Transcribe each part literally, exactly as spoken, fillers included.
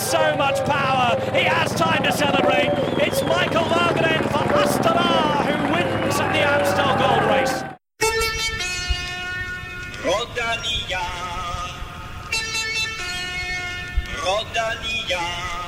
so much power. He has time to celebrate. It's Michael Valgren for Astana who wins the Amstel Gold Race. Rodania. Rodania.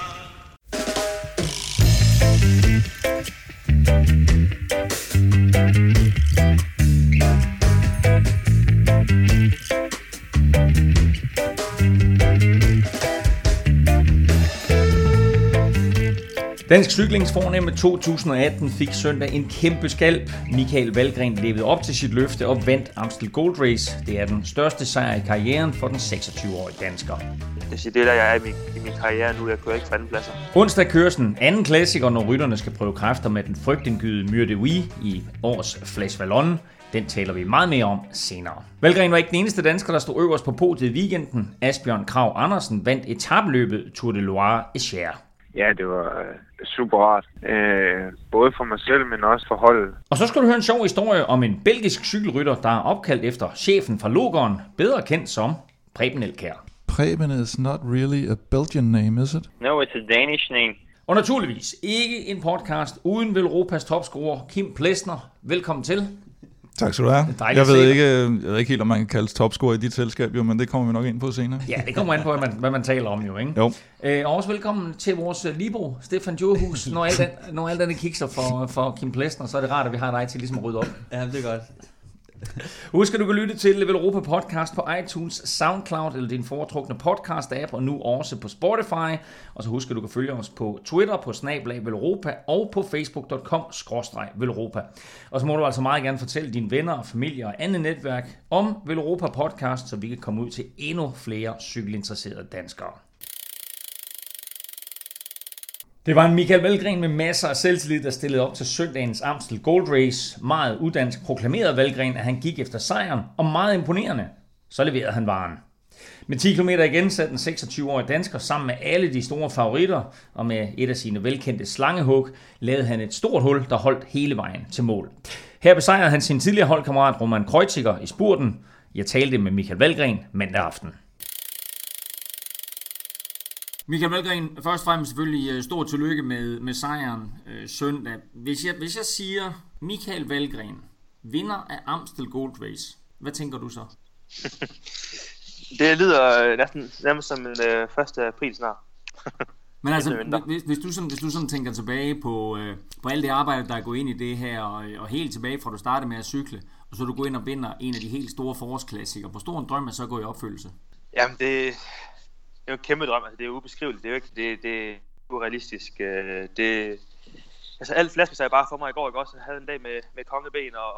Dansk Cyklings fornemme to tusind atten fik søndag en kæmpe skalp. Michael Valgren levede op til sit løfte og vandt Amstel Gold Race. Det er den største sejr i karrieren for den seksogtyve-årige dansker. Det er det, der jeg er i min, i min karriere nu. Jeg kører ikke for anden pladser. Onsdag køres den anden klassiker, når rytterne skal prøve kræfter med den frygtindgydede Mur de Huy i års Flèche Wallonne. Den taler vi meget mere om senere. Valgren var ikke den eneste dansker, der stod øverst på podiet i weekenden. Asbjørn Krag Andersen vandt etapeløbet Tour de Loire-Cher. Ja, det var øh, super rart. Øh, både for mig selv, men også for holdet. Og så skal du høre en sjov historie om en belgisk cykelrytter, der er opkaldt efter chefen fra Logeren, bedre kendt som Preben Elkjær. Preben is not really a Belgian name, is it? No, it's a Danish name. Og naturligvis ikke en podcast uden Velropas topscorer Kim Plesner. Velkommen til. Tak skal du have. Jeg ved, ikke, jeg ved ikke helt, om man kan kaldes topscorer i dit selskab, jo, men det kommer vi nok ind på senere. Ja, det kommer an på, hvad man, hvad man taler om jo, ikke? Jo. Øh, og også velkommen til vores Libro, Stefan Djurhus. Når alt den, når alt den kikser for, for Kim Plesner, så er det rart, at vi har dig til ligesom at rydde op. Ja, det er godt. Husk, at du kan lytte til Velropa Podcast på iTunes, SoundCloud eller din foretrukne podcast-app, og nu også på Spotify. Og så husk, at du kan følge os på Twitter på snabel-a Velropa og på facebook punktum com skråstreg Velropa. Og så må du altså meget gerne fortælle dine venner og familie og andet netværk om Velropa Podcast, så vi kan komme ud til endnu flere cykelinteresserede danskere. Det var en Michael Valgren med masser af selvtillid, der stillede op til søndagens Amstel Gold Race. Meget uddansk proklamerede Valgren, at han gik efter sejren, og meget imponerende, så leverede han varen. Med ti kilometer igen satte den seksogtyve-årige dansker sammen med alle de store favoritter, og med et af sine velkendte slangehug, lavede han et stort hul, der holdt hele vejen til mål. Her besejrede han sin tidligere holdkammerat Roman Kreuziger i spurten. Jeg talte med Michael Valgren mandag aften. Michael Valgren, først og fremmest selvfølgelig stor tillykke med, med sejren øh, søndag. Hvis jeg, hvis jeg siger Michael Valgren, vinder af Amstel Gold Race, hvad tænker du så? Det lyder næsten nærmest som en øh, første april snart. Men altså, hvis, hvis, du sådan, hvis du sådan tænker tilbage på, øh, på alt det arbejde, der er gået ind i det her, og, og helt tilbage fra du startede med at cykle, og så du går ind og vinder en af de helt store forårsklassikere, hvor stor en drøm er så gået i opfyldelse? Jamen, det... Det er jo en kæmpe drøm, altså det er jo ubeskriveligt, det er jo ikke, det, det er urealistisk. Det, altså alt flaske sig bare for mig i går, ikke også? Jeg havde en dag med, med kongeben og,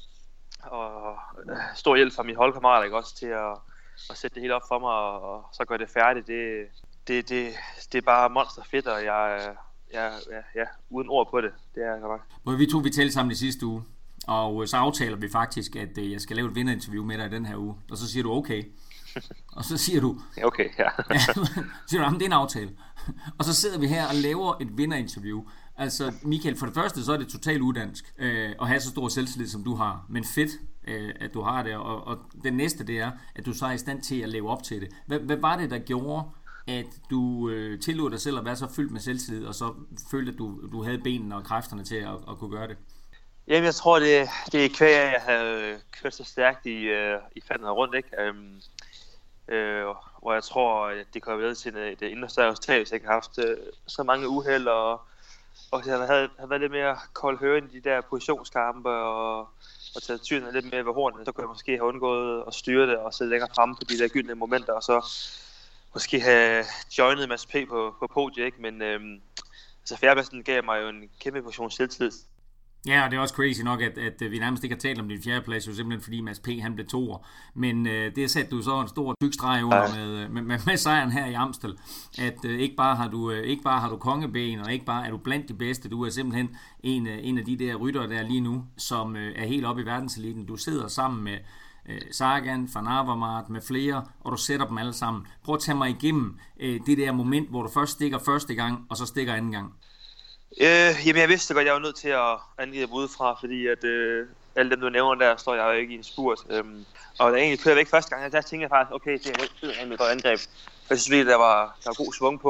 og stor hjælp fra mine holdkammerater, ikke også, til at, at sætte det hele op for mig, og, og så gøre det færdigt. Det, det, det, det er bare monster fedt, og jeg, jeg, ja, ja, uden ord på det, det er godt nok. Vi to, vi talte sammen i sidste uge, og så aftaler vi faktisk, at jeg skal lave et vinderinterview med dig i den her uge, og så siger du okay. Og så siger du, okay, ja. ja siger du, det er en aftale. Og så sidder vi her og laver et vinderinterview. Altså Michael, for det første så er det totalt uddansk øh, at have så stor selvtillid som du har. Men fedt, øh, at du har det. Og, og det næste det er, at du så er i stand til at leve op til det. Hvad, hvad var det, der gjorde, at du øh, tillod dig selv at være så fyldt med selvtillid, og så følte, at du, du havde benene og kræfterne til at, at kunne gøre det? Jamen, jeg tror, det, det er kvæg, at jeg havde kørt så stærkt i, øh, i fanden her rundt, ikke? Um, Øh, hvor jeg tror, at det kunne have været til et indre større tab, hvis jeg ikke har haft øh, så mange uheld, og, og jeg havde, havde været lidt mere kold høren i de der positionskampe, og, og taget tyren lidt mere ved hornet, så kunne jeg måske have undgået at styre det, og sidde længere fremme på de der gyldne momenter, og så måske have joinet Mads P. på, på podiet, ikke? Men øh, altså fjerdepladsen gav mig jo en kæmpe portion selvtillid. Ja, og det er også crazy nok, at, at vi nærmest ikke har talt om din fjerdeplads, jo simpelthen fordi Mads P. han blev toer. Men øh, det satte du så en stor tyk streg under med, med, med, med sejren her i Amstel. At øh, ikke, bare har du, øh, ikke bare har du kongeben, og ikke bare er du blandt de bedste. Du er simpelthen en, øh, en af de der ryttere der lige nu, som øh, er helt oppe i verdenseliten. Du sidder sammen med øh, Sagan, Van Avermaet med flere, og du sætter dem alle sammen. Prøv at tage mig igennem øh, det der moment, hvor du først stikker første gang, og så stikker anden gang. Øh, jamen jeg vidste godt, jeg var nødt til at angribe udefra, fordi at øh, alle dem du nævner der, står jeg jo ikke i en spurt. Øhm, og da jeg egentlig kører væk første gang, der tænkte jeg faktisk, okay, det er et rigtig godt angreb. Jeg synes virkelig, der var, der var god svung på.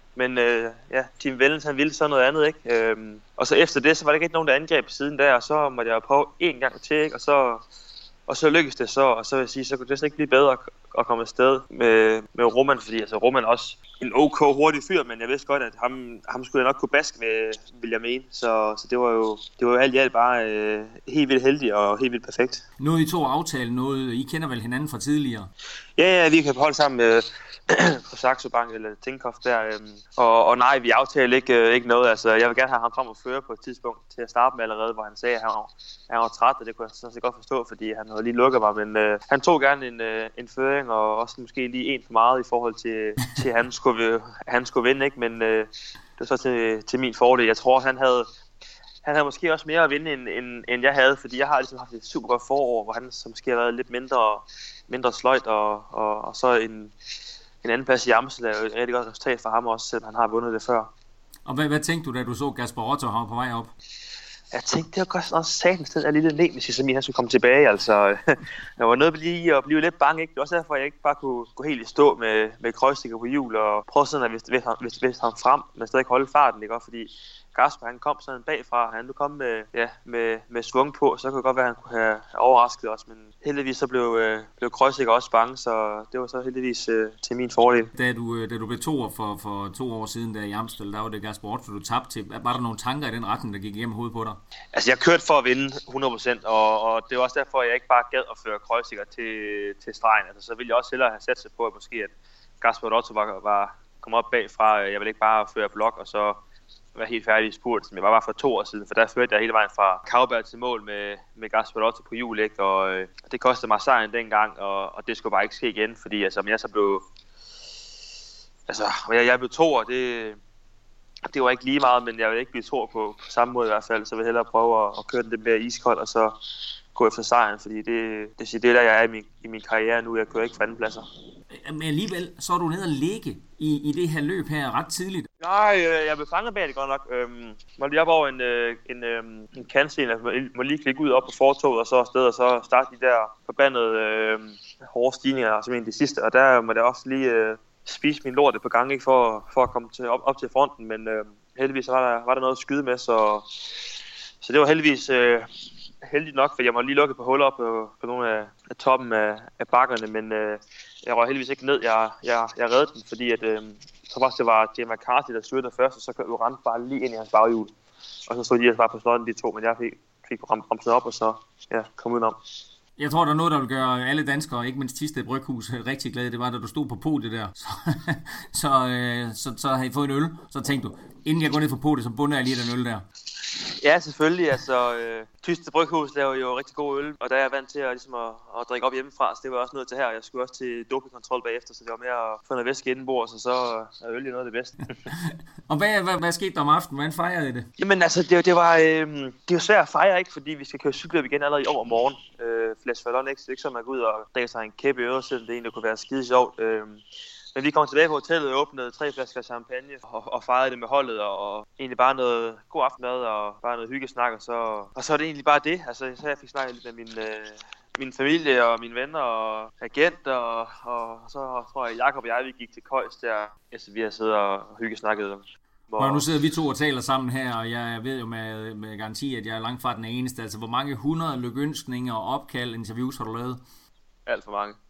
Men øh, ja, Team Wellens, han ville så noget andet, ikke? Øhm, og så efter det, så var der ikke nogen, der angreb siden der, og så måtte jeg prøve en gang til, ikke? Og så, og så lykkedes det så, og så vil jeg sige, så kunne det næsten ikke blive bedre at komme afsted med, med Roman, fordi altså Roman er også en ok hurtig fyr, men jeg vidste godt, at ham, ham skulle jeg nok kunne baske med, vil jeg mene. Så, så det var jo det var jo alt i alt bare øh, helt vildt heldig og helt vildt perfekt. Noget I to aftale, noget I kender vel hinanden fra tidligere? Ja, ja, vi kan holde sammen med på Saxo Bank eller Tinkoff der, øhm, og, og nej, vi aftalte ikke, øh, ikke noget. Altså, jeg vil gerne have ham frem og føre på et tidspunkt til at starte med allerede, hvor han sagde, at han var, han var træt, og det kunne jeg sådan set godt forstå, fordi han havde lige lukket mig, men øh, han tog gerne en, øh, en føring, og også måske lige en for meget i forhold til, til at han skulle, han skulle vinde, ikke? Men øh, det var så til, til min fordel. Jeg tror, han havde Han havde måske også mere at vinde, end, end, end jeg havde, fordi jeg har ligesom haft et super godt forår, hvor han så måske har været lidt mindre, mindre sløjt, og, og, og så en, en anden plads i Amstel er jo et rigtig godt resultat for ham også, selvom han har vundet det før. Og hvad, hvad tænkte du, da du så Gasparotto have på vej op? Jeg tænkte, det var godt også satans den der lille nemesis, som han skulle komme tilbage. Altså, jeg var nødt lige at blive lidt bange, ikke? Det var også derfor, jeg ikke bare kunne gå helt i stå med, med krøjstikker på hjul og prøve sådan at viste, viste, viste ham frem, men stadig holde farten, ikke? Fordi Gasper, han kom sådan bagfra, han nu kom med, ja, med, med svung på, så kunne det godt være, at han kunne have overrasket os, men heldigvis så blev, øh, blev Krøjsikker også bange, så det var så heldigvis øh, til min fordel. Da du, da du blev toer for, for to år siden der i Amstel, der var det Gasparotto, du tabte til. Var der nogle tanker i den retning, der gik igennem hovedet på dig? Altså, jeg kørte for at vinde hundrede procent, og, og det var også derfor, at jeg ikke bare gad at føre Krøjsikker til, til stregen. Altså, så ville jeg også hellere have sat sig på, at måske at Gasparotto var, var kommet op bagfra. Jeg ville ikke bare føre blok, og så være helt færdig i spurt, som jeg var bare for to år siden, for der førte jeg hele vejen fra Kauberg til mål med, med Gasparotto på hjul, ikke? Og øh, det kostede mig sejren dengang, og, og det skulle bare ikke ske igen, fordi altså, jeg så blev, altså, jeg, jeg blev toer, det, det var ikke lige meget, men jeg ville ikke blive toer på, på samme måde i hvert fald, så vil jeg hellere prøve at, at køre den lidt mere iskold, og så gå efter sejren, fordi det, det, det er der, jeg er i min, i min karriere nu, jeg kører ikke for anden pladser. Men alligevel, så er du nede og ligge i, i det her løb her ret tidligt. Nej, jeg blev fanget bag det godt nok. Øhm, må lige op over en, en, en, en kantsten, jeg må lige klikke ud op på fortoget og så afsted, og så starte de der forbandede øh, hårde stigninger, som en af de sidste. Og der må jeg også lige øh, spise min lort et par gange, ikke, for, for at komme til, op, op til fronten, men øh, heldigvis var der, var der noget at skyde med, så, så det var heldigvis øh, heldigt nok, for jeg må lige lukke på huller op på, på nogle af, af toppen af, af bakkerne, men øh, jeg røg heldigvis ikke ned. Jeg, jeg, jeg reddede den, fordi at, øh, så faktisk det var Jim McCarthy, der styrte først, og så kørte Urant bare lige ind i hans baghjul. Og så stod de bare på slånden, de to, men jeg fik, fik bremset op, og så ja, kom udenom. Jeg tror, der er noget, der vil gøre alle danskere, ikke mindst Thisted Bryghus, rigtig glade. Det var, da du stod på podiet der. Så, så, øh, så, så havde I fået en øl. Så tænkte du, inden jeg går ned for podiet, så bunder jeg lige den øl der. Ja, selvfølgelig. Altså, øh, Thisted Bryghus laver jo rigtig god øl, og der er jeg vant til at, ligesom at, at drikke op hjemmefra, så det var også noget til her. Jeg skulle også til dopingkontrol bagefter, så det var mere at få noget væske indenbords, og så er øl jo noget af det bedste. Og hvad, hvad, hvad skete der om aftenen? Hvordan fejrede I det? Jamen altså, det, det var øh, det var svært at fejre, ikke, fordi vi skal køre cykelløb igen allerede i overmorgen. Øh, Flash Fallon, ikke? Så det er ikke sådan, at man går ud og drikker sig en kæppe i øret, selvom det egentlig kunne være skide sjovt. Øh, Men vi kom tilbage på hotellet og åbnede tre flasker champagne og, og fejrede det med holdet, og, og egentlig bare noget god aftenmad og bare noget hyggesnak, og så, og så er det egentlig bare det. Altså, så jeg fik snakket lidt med min, øh, min familie og mine venner og agent, og, og så tror jeg, Jakob og jeg, vi gik til Køjs der, altså vi har siddet og hyggesnakket. Hvor... Og nu sidder vi to og taler sammen her, og jeg ved jo med, med garanti, at jeg er langt fra den eneste. Altså, hvor mange hundrede lykønskninger og opkald, interviews har du lavet? Alt for mange.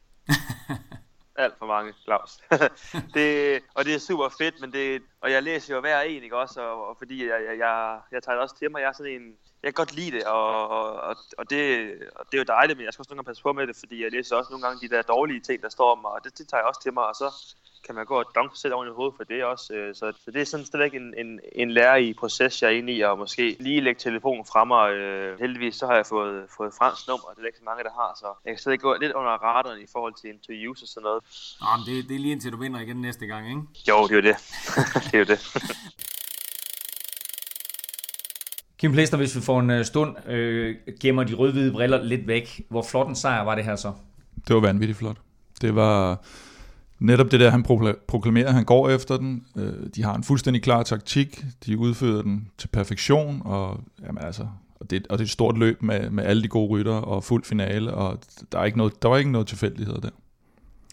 Alt for mange, Claus. det, og det er super fedt, men det, og jeg læser jo hver en, ikke også, og, og fordi jeg, jeg, jeg, jeg tager det også til mig, jeg er sådan en, jeg kan godt lide det, og, og, og, det, og det er jo dejligt, men jeg skal også nogle gange passe på med det, fordi jeg læser også nogle gange de der dårlige ting, der står om mig, og det, det tager jeg også til mig, og så kan man gå og dunke sig selv oven i hovedet for det også. Så, så det er sådan stadigvæk en, en, en lærerig proces, jeg er inde i, og måske lige lægge telefonen frem, og øh, heldigvis så har jeg fået, fået fransk nummer, og det er ikke så mange, der har, så jeg kan stadig gå lidt under radaren i forhold til interviews og sådan noget. Nå, men det, det er lige indtil du vinder igen næste gang, ikke? Jo, det er jo det. det er jo det. Kim Plesner, hvis vi får en stund øh, gemmer de rød-hvide briller lidt væk. Hvor flot en sejr var det her så? Det var vanvittigt flot. Det var netop det der, han proklamerer, han går efter den. De har en fuldstændig klar taktik. De udfører den til perfektion, og, jamen altså, og, det, og det er et stort løb med, med alle de gode rytter og fuld finale, og der, er ikke noget, der var ikke noget tilfældighed der.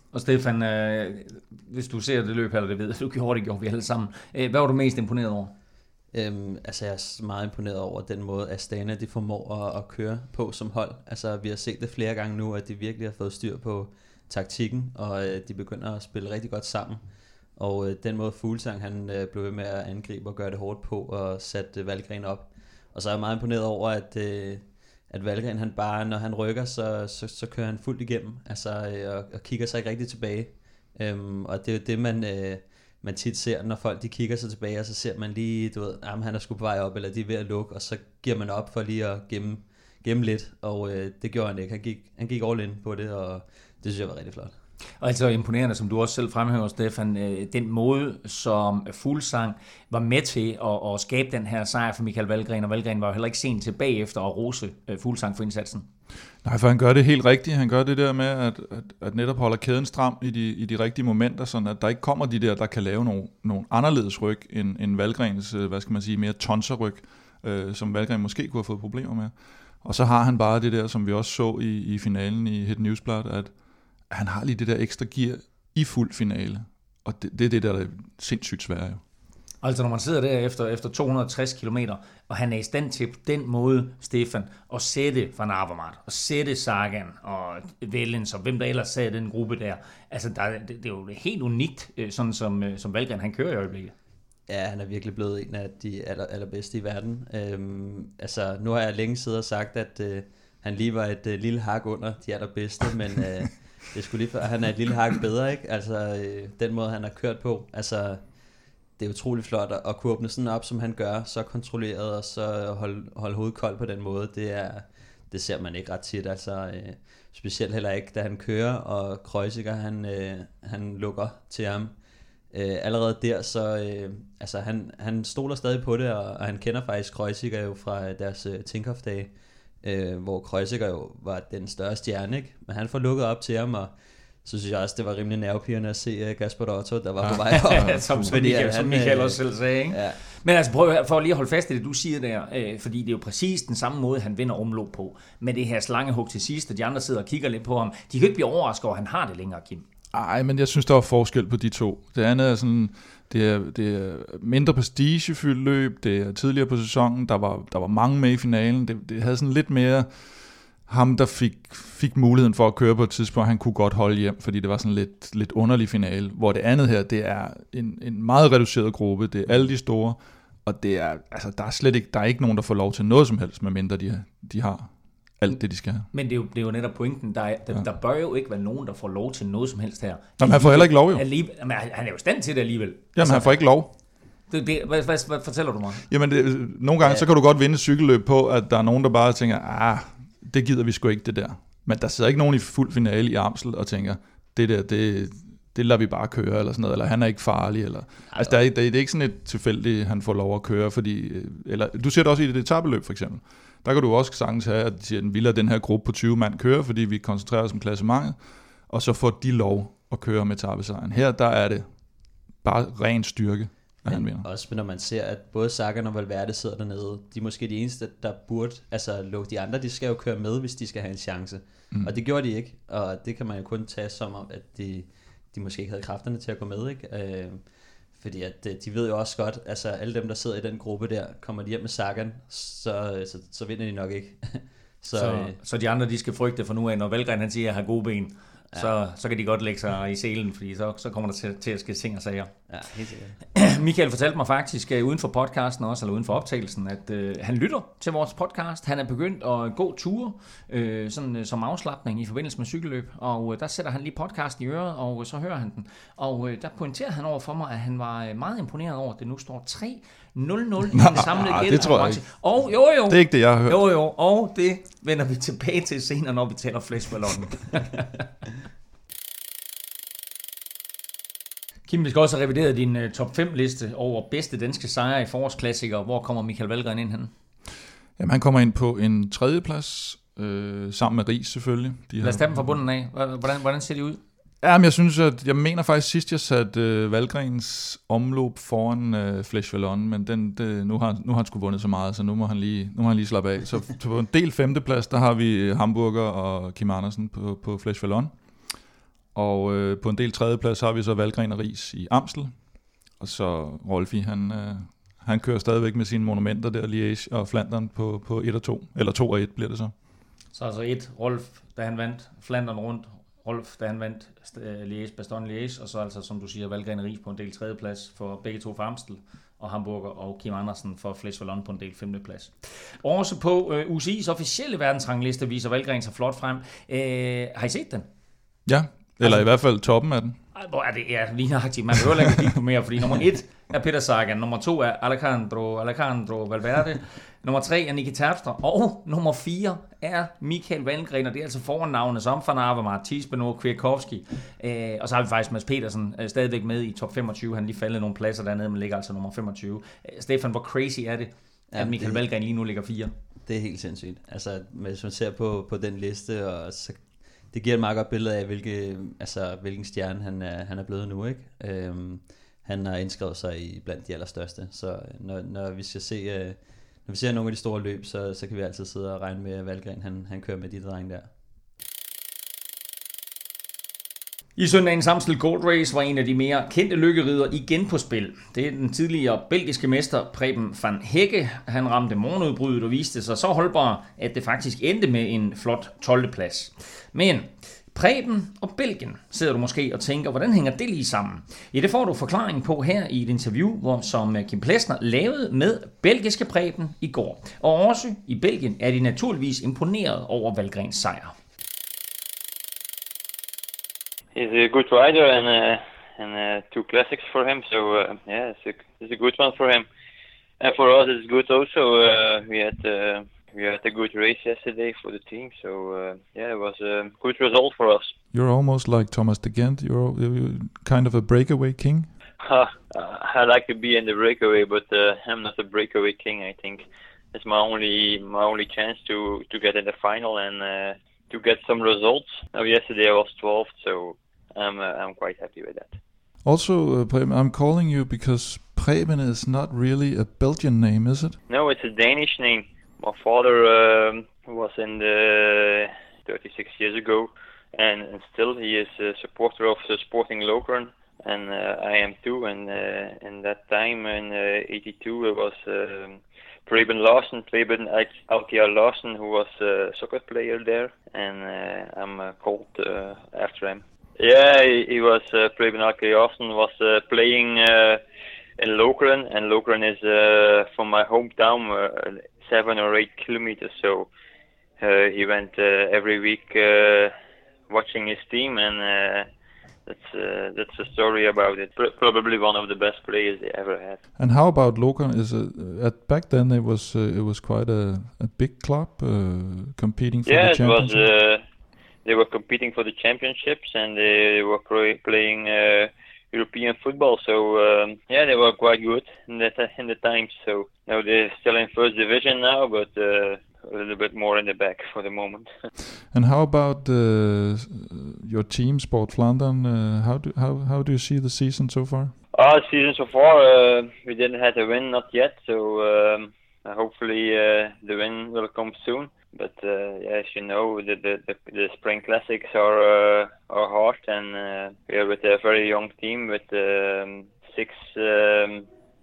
Og Stefan, øh, hvis du ser det løb her, eller det ved du gjorde det, gjorde vi alle sammen. Øh, hvad var du mest imponeret over? Øhm, altså jeg er meget imponeret over den måde, Astana de formår at, at køre på som hold. Altså vi har set det flere gange nu, at de virkelig har fået styr på taktikken, og øh, de begynder at spille rigtig godt sammen. Og øh, den måde Fuglsang han øh, blev ved med at angribe og gøre det hårdt på og sætte øh, Valgren op. Og så er jeg meget imponeret over, at, øh, at Valgren han bare, når han rykker, så, så, så kører han fuldt igennem, altså øh, og, og kigger sig ikke rigtig tilbage. Øhm, og det er jo det, man... Øh, man tit ser, når folk de kigger sig tilbage, og så ser man lige, du ved, jamen, han er sgu på vej op, eller de er ved at lukke, og så giver man op for lige at gemme, gemme lidt, og øh, det gjorde han ikke. Han gik, han gik all in på det, og det synes jeg var rigtig flot. Og altså imponerende, som du også selv fremhæver, Stefan, øh, den måde, som Fuglsang var med til at, at skabe den her sejr for Michael Valgren, og Valgren var jo heller ikke sent tilbage efter at rose øh, Fuglsang for indsatsen. Nej, for han gør det helt rigtigt. Han gør det der med, at, at, at netop holder kæden stram i de, i de rigtige momenter, sådan at der ikke kommer de der, der kan lave nogle, nogle anderledes ryg end, end Valgrens, hvad skal man sige, mere tonserryg, øh, som Valgren måske kunne have fået problemer med. Og så har han bare det der, som vi også så i, i finalen i Hit Newsblad, at han har lige det der ekstra gear i fuld finale. Og det, det er det, der er sindssygt svært jo. Altså når man sidder der efter, efter to hundrede og tres kilometer, og han er i stand til på den måde, Stefan, at sætte Van Avermaet, og sætte Sagan og Wellens, og hvem der ellers sad i den gruppe der. Altså der, det, det er jo helt unikt, sådan som, som Valgren han kører i øjeblikket. Ja, han er virkelig blevet en af de aller, allerbedste i verden. Øhm, altså nu har jeg længe siddet og sagt, at øh, han lige var et øh, lille hak under de allerbedste, men øh, det skulle lige for, han er et lille hak bedre, ikke? Altså øh, den måde han har kørt på, altså det er utrolig flot at, at kunne åbne sådan op, som han gør, så kontrolleret, og så holde, holde hovedet koldt på den måde, det er, det ser man ikke ret tit, altså øh, specielt heller ikke, da han kører, og Kreuziger, han, øh, han lukker til ham. Øh, allerede der, så øh, altså han, han stoler stadig på det, og, og han kender faktisk Kreuziger jo fra deres øh, Tinkoff-dage, øh, hvor Kreuziger jo var den større stjerne, ikke? Men han får lukket op til ham, og så synes jeg også, det var rimelig nervepirrende at se uh, Gaspar Otto, der var ja. på vej op. Ja, som, som, Michael, han, som Michael også selv sagde, ikke? Ja. Men altså prøv for lige at holde fast i det, du siger der, øh, fordi det er jo præcis den samme måde, han vinder omløb på, med det her slangehug til sidst, og de andre sidder og kigger lidt på ham. De kan ikke blive overrasket over, at han har det længere, Kim. Nej, men jeg synes, der var forskel på de to. Det andet er sådan, det er, det er mindre prestigefyldt løb, det er tidligere på sæsonen, der var, der var mange med i finalen, det, det havde sådan lidt mere ham, der fik, fik muligheden for at køre på et tidspunkt, han kunne godt holde hjem, fordi det var sådan lidt, lidt underlig finale, hvor det andet her, det er en, en meget reduceret gruppe, det er alle de store, og det er, altså, der er slet ikke, der er ikke nogen, der får lov til noget som helst, medmindre de, de har alt det, de skal have. Men det er jo, det er jo netop pointen, der, er, der, ja. der bør jo ikke være nogen, der får lov til noget som helst her. Jamen, han får heller ikke lov jo. Alligevel, jamen, han er jo stand til det alligevel. Jamen, altså, han får ikke lov. Det, det, hvad, hvad, hvad fortæller du mig? Jamen, det, nogle gange, ja. så kan du godt vinde cykelløb på, at der er nogen, der bare tænker, ah, det gider vi sgu ikke, det der. Men der sidder ikke nogen i fuld finale i Amstel og tænker, det der, det, det lader vi bare køre, eller sådan noget, eller han er ikke farlig, eller... Altså, der er, der er, det er ikke sådan et tilfældigt, han får lov at køre, fordi... Eller, du ser det også i det etapeløb, for eksempel. Der kan du også sagtens have, at de siger, at vi lader den her gruppe på tyve mand køre, fordi vi koncentrerer os om klassementet, og så får de lov at køre med etapesejren. Her, der er det bare ren styrke. Men også når man ser, at både Sagan og Valverde sidder dernede, de er måske de eneste, der burde altså lukke. De andre, de skal jo køre med, hvis de skal have en chance. Mm. Og det gjorde de ikke, og det kan man jo kun tage som om, at de, de måske ikke havde kræfterne til at gå med, ikke? Øh, fordi at de ved jo også godt, altså alle dem, der sidder i den gruppe der, kommer de hjem med Sagan, så, så, så vinder de nok ikke. så, så, øh, så de andre, de skal frygte for nu af, når Valgren han siger, at jeg har gode ben. Ja. Så, så kan de godt lægge sig i selen, fordi så, så kommer der til, til at ske ting og sager. Ja, helt sikkert. Michael fortalte mig faktisk uh, uden for podcasten også, eller uden for optagelsen, at uh, han lytter til vores podcast. Han er begyndt at gå ture uh, sådan, uh, som afslapning i forbindelse med cykelløb, og uh, der sætter han lige podcasten i øret, og uh, så hører han den. Og uh, der pointerede han over for mig, at han var uh, meget imponeret over, at det nu står tre nul nul i den samlede gældekonkurrence. Og jo jo, det er ikke det, jeg har hørt. Jo jo, og det vender vi tilbage til senere, når vi taler flashballonen. Kim, vi skal også have revideret din uh, top fem liste over bedste danske sejre i forårsklassikere. Hvor kommer Michael Valgren ind hen? Jamen, han kommer ind på en tredjeplads, øh, sammen med Ries selvfølgelig. De Lad os tage dem fra bunden af. Hvordan, hvordan ser de ud? Jamen, jeg synes, at jeg mener faktisk sidst, jeg satte øh, Valgrens omløb foran øh, Flesh Wallonne, men den, det, nu, har, nu har han sgu vundet så meget, så nu må han lige, nu må han lige slappe af. Så på en del femteplads, der har vi Hamburger og Kim Andersen på, på Flesh Wallonne. Og øh, på en del tredjeplads har vi så Valgren og Riis i Amstel. Og så Rolfi, han, øh, han kører stadigvæk med sine monumenter der, Liège og Flandern på, på et og to. Eller to og et bliver det så. Så altså et, Rolf, da han vandt Flandern rundt, Rolf, da han vandt Liège, Bastogne Liège, og så altså, som du siger, Valgren og Riis på en del tredjeplads for begge to for Amstel, og Hamburger og Kim Andersen for Flesh Wallon på en del femteplads. Også på øh, U C I's officielle verdensrangliste viser Valgren sig flot frem. Øh, har I set den? Ja, eller altså, i hvert fald toppen af den. Hvor er det ja, lige nøjagtigt. Man behøver ikke kigge på mere, fordi nummer et er Peter Sagan, nummer to er Alejandro, Alejandro Valverde, nummer tre er Niki Terpstra, og nummer fire er Michael Valgren, og det er altså fornavne som Van Avermaet, Thies Benoit, Kwiatkowski, øh, og så har vi faktisk Mads Petersen øh, stadigvæk med i top femogtyve, han lige faldet nogle pladser dernede, men ligger altså nummer femogtyve. Øh, Stefan, hvor crazy er det, at ja, Michael det, Valgren lige nu ligger fire? Det er helt sindssygt. Altså, hvis man ser på, på den liste, og så det giver et meget godt billede af, hvilke, altså, hvilken stjerne han er, han er blevet nu, ikke? Øhm, han har indskrevet sig i blandt de allerstørste, så når, når vi skal se, øh, når vi ser nogle af de store løb, så, så kan vi altid sidde og regne med, at Valgren han, han kører med de drenge der. I søndagens Amstel Gold Race var en af de mere kendte lykkerider igen på spil. Det er den tidligere belgiske mester Preben van Hekke. Han ramte morgenudbruddet og viste sig så holdbar, at det faktisk endte med en flot tolvte plads. Men Preben og Belgien sidder du måske og tænker, hvordan hænger det lige sammen? Ja, det får du forklaring på her i et interview, hvor som Kim Plesner lavede med belgiske Preben i går. Og også i Belgien er de naturligvis imponeret over Valgrens sejr. He's a good rider and uh, and uh, two classics for him. So uh, yeah, it's a it's a good one for him. And for us, it's good also. Uh, we had uh, we had a good race yesterday for the team. So uh, yeah, it was a good result for us. You're almost like Thomas de Gent. You're, you're kind of a breakaway king. Uh, I like to be in the breakaway, but uh, I'm not a breakaway king. I think it's my only my only chance to to get in the final and uh, to get some results. Now yesterday I was twelfth, so I'm uh, I'm quite happy with that. Also, uh, Preben, I'm calling you because Preben is not really a Belgian name, is it? No, it's a Danish name. My father um, was in the thirty-six years ago, and, and still he is a supporter of the Sporting Lokeren, and uh, I am too. And uh, in that time, in uh, eighty-two, it was um, Preben Larsen, Preben Alkjaer Larsen, who was a soccer player there, and uh, I'm uh, called uh, after him. Yeah, he, he was uh, Preben Alkjaer Larsen was uh, playing uh, in Lokeren, and Lokeren is uh, from my hometown, uh, seven or eight kilometers. So uh, he went uh, every week uh, watching his team, and uh, that's uh, that's a story about it. P- probably one of the best players they ever had. And how about Lokeren? Is it, at back then it was uh, it was quite a, a big club uh, competing for yeah, the championship. Yeah, it was. Uh, they were competing for the championships, and they were pro- playing uh, European football. So um, yeah, they were quite good in the in the times. So now they're still in first division now, but uh, a little bit more in the back for the moment. And how about uh, your team, Sport Flandern? Uh, how do how how do you see the season so far? Ah, uh, season so far, uh, we didn't have a win, not yet. So um, hopefully uh, the win will come soon. But uh, yeah, as you know, the the, the, the spring classics are uh, are hard, and uh, we are with a very young team with um, six um,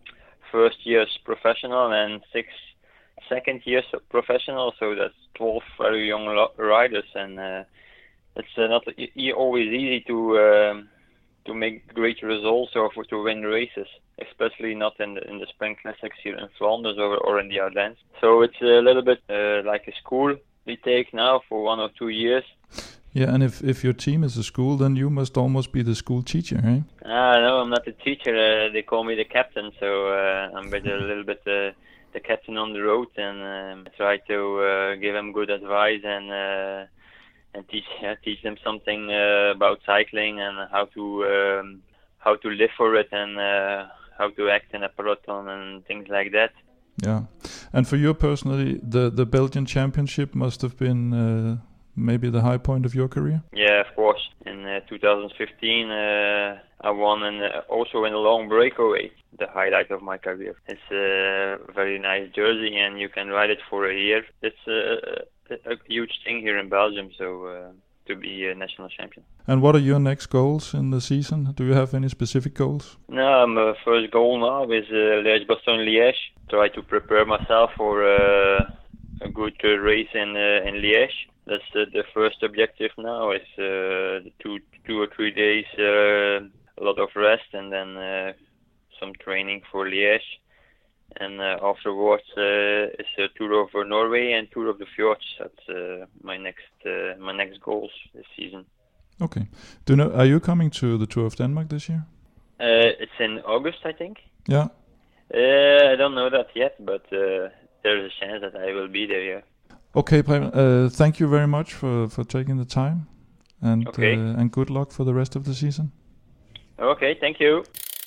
first years professional and six second years professional. So that's twelve very young lo- riders, and uh, it's uh, not e- always easy to um, to make great results or for, to win races, especially not in the, in the spring classics here in Flanders or, or in the Ardennes. So it's a little bit uh, like a school we take now for one or two years. Yeah, and if, if your team is a school, then you must almost be the school teacher, right? Ah, no, I'm not the teacher. Uh, they call me the captain, so uh, I'm with a little bit uh, the captain on the road, and um, try to uh, give them good advice and uh, and teach yeah, teach them something uh, about cycling and how to um, how to live for it and uh, how to act in a peloton and things like that. Yeah, and for you personally, the the Belgian Championship must have been uh, maybe the high point of your career. Yeah, of course. In uh, two thousand fifteen, uh, I won, and uh, also in a long breakaway, the highlight of my career. It's a very nice jersey, and you can ride it for a year. It's a, a, a huge thing here in Belgium. So uh, to be a national champion. And what are your next goals in the season? Do you have any specific goals? No, my first goal now is uh, Liège-Bastogne-Liège. Try to prepare myself for uh, a good uh, race in uh, in Liège. That's uh, the first objective now. Is uh, two two or three days, uh, a lot of rest, and then uh, some training for Liège. And uh, afterwards, uh, it's a tour of uh, Norway and tour of the fjords. That's uh, my next uh, my next goals this season. Okay. Do you know? Are you coming to the Tour of Denmark this year? Uh, it's in August, I think. Yeah. Uh, I don't know that yet, but uh, there's a chance that I will be there. Yeah. Okay, Preben. Uh, thank you very much for, for taking the time, and okay. uh, and good luck for the rest of the season. Okay, thank you.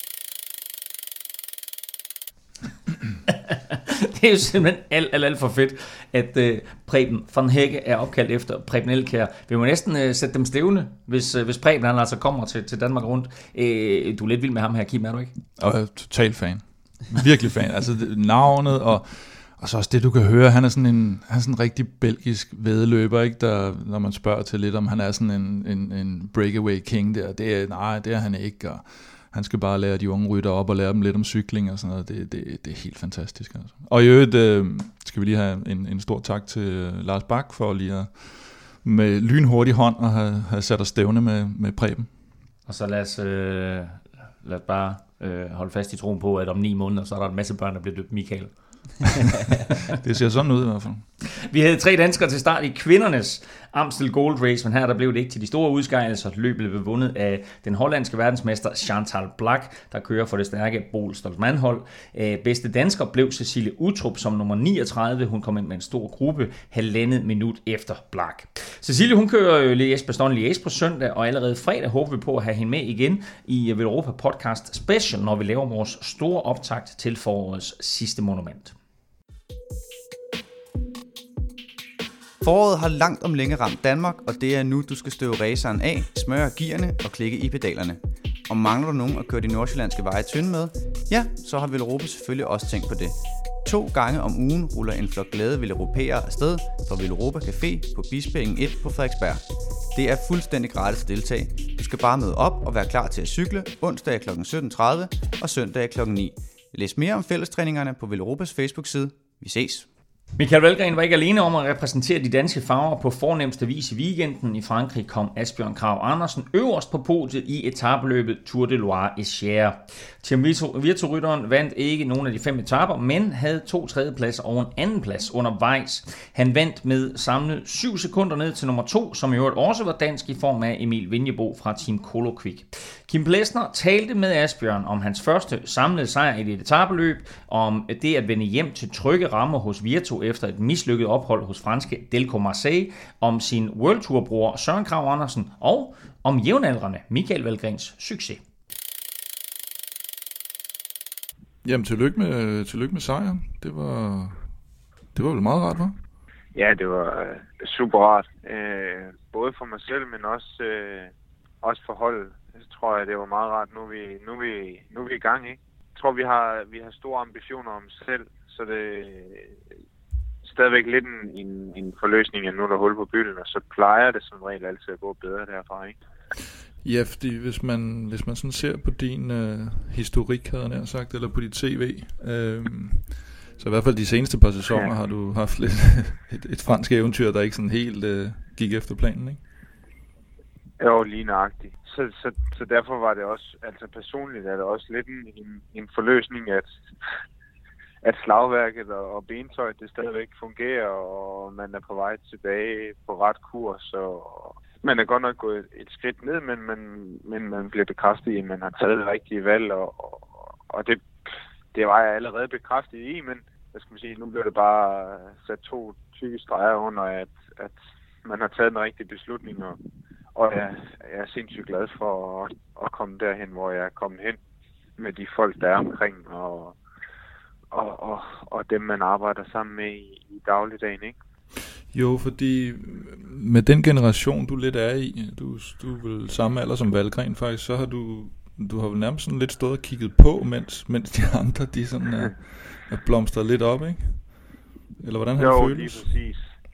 Det er jo simpelthen alt, alt, alt for fedt, at uh, Preben von Hække er opkaldt efter Preben Elkjær. Vi må næsten uh, sætte dem stævne, hvis, uh, hvis Preben han altså kommer til, til Danmark rundt. Uh, du er lidt vild med ham her, Kim, er du ikke? Og jeg er total fan. Virkelig fan. Altså navnet, og, og så også det, du kan høre. Han er sådan en, han er sådan en rigtig belgisk væddeløber, ikke? Der, når man spørger til lidt, om han er sådan en, en, en breakaway king der. Det er, nej, det er han ikke, og han skal bare lære de unge rytter op og lære dem lidt om cykling og sådan noget. Det, det, det er helt fantastisk. Altså. Og i øvrigt øh, skal vi lige have en, en stor tak til øh, Lars Bak for lige at med lynhurtig hånd at have, have sat os stævne med, med Preben. Og så lad os, øh, lad os bare øh, holde fast i troen på, at om ni måneder, så er der en masse børn, der bliver døbt Michael. Det ser sådan ud i hvert fald. Vi havde tre danskere til start i kvindernes Amstel Gold Race, men her der blev det ikke til de store udskejelser. Løbet blev vundet af den hollandske verdensmester Chantal Blaak, der kører for det stærke Bolsters mandhold. Bedste dansker blev Cecilie Uttrup som nummer niogtredive. Hun kom ind med en stor gruppe halvandet minut efter Blaak. Cecilie hun kører Liège-Bastogne-Liège på søndag, og allerede fredag håber vi på at have hende med igen i Velropa Podcast Special, når vi laver vores store optakt til forårets sidste monument. Foråret har langt om længe ramt Danmark, og det er nu, du skal støve raceren af, smøre gearne og klikke i pedalerne. Og mangler du nogen at køre de nordsjællandske veje tynde med? Ja, så har Velropa selvfølgelig også tænkt på det. To gange om ugen ruller en flok glade velropæere afsted fra Velropa Café på Bispeengen et på Frederiksberg. Det er fuldstændig gratis at deltage. Du skal bare møde op og være klar til at cykle onsdag klokken sytten tredive og søndag klokken ni. Læs mere om fællestræningerne på Velropas Facebook-side. Vi ses! Michael Valgren var ikke alene om at repræsentere de danske farver på fornemste vis i weekenden. I Frankrig kom Asbjørn Krag Andersen øverst på podiet i etapeløbet Tour de Loire-Cher. Team Virtu-rytteren vandt ikke nogen af de fem etaper, men havde to tredjepladser og en anden plads undervejs. Han vandt med samlet syv sekunder ned til nummer to, som i øvrigt også var dansk i form af Emil Vinjebo fra Team Colorquick. Kim Plesner talte med Asbjørn om hans første samlede sejr i et etapeløb, om det at vende hjem til trygge rammer hos Virtu efter et mislykket ophold hos franske Delco Marseille, om sin World Tour bror Søren Krag Andersen og om jævnaldrende Michael Valgrens succes. Jamen, tillykke med, tillykke med sejren. Det var, det var vel meget rart, hva'? Ja, det var øh, super rart. Øh, både for mig selv, men også, øh, også for holdet. Så tror jeg, det var meget rart. Nu er vi, nu er vi, nu er vi i gang, ikke? Jeg tror, vi har, vi har store ambitioner om os selv, så det stadigvæk lidt en, en, en forløsning, at nu er der hul på bylden, og så plejer det som regel altid at gå bedre derfra, ikke? Ja, fordi hvis man, hvis man sådan ser på din øh, historik, havde jeg sagt, eller på dit C V, øh, så i hvert fald de seneste par sæsoner ja. har du haft lidt et, et fransk eventyr, der ikke sådan helt øh, gik efter planen, ikke? Jo, lige nøjagtigt. Så, så, så derfor var det også, altså personligt er det også lidt en, en, en forløsning, at at slagværket og bentøjet det stadigvæk fungerer, og man er på vej tilbage på ret kurs, og man er godt nok gået et skridt ned, men man, men man bliver bekræftet i, at man har taget det rigtige valg, og, og det, det var jeg allerede bekræftet i, men hvad skal man sige, nu bliver det bare sat to tykke streger under, at, at man har taget den rigtige beslutning, og, og jeg, jeg er sindssygt glad for at, at komme derhen, hvor jeg er kommet hen med de folk, der er omkring, og Og, og, og dem, man arbejder sammen med i, i dagligdagen, ikke? Jo, fordi med den generation, du lidt er i, du, du er vel samme alder som Valgren faktisk, så har du, du har vel nærmest sådan lidt stået og kigget på, mens, mens de andre, de sådan er, er blomstret lidt op, ikke? Eller hvordan har det føles? Jo, lige præcis.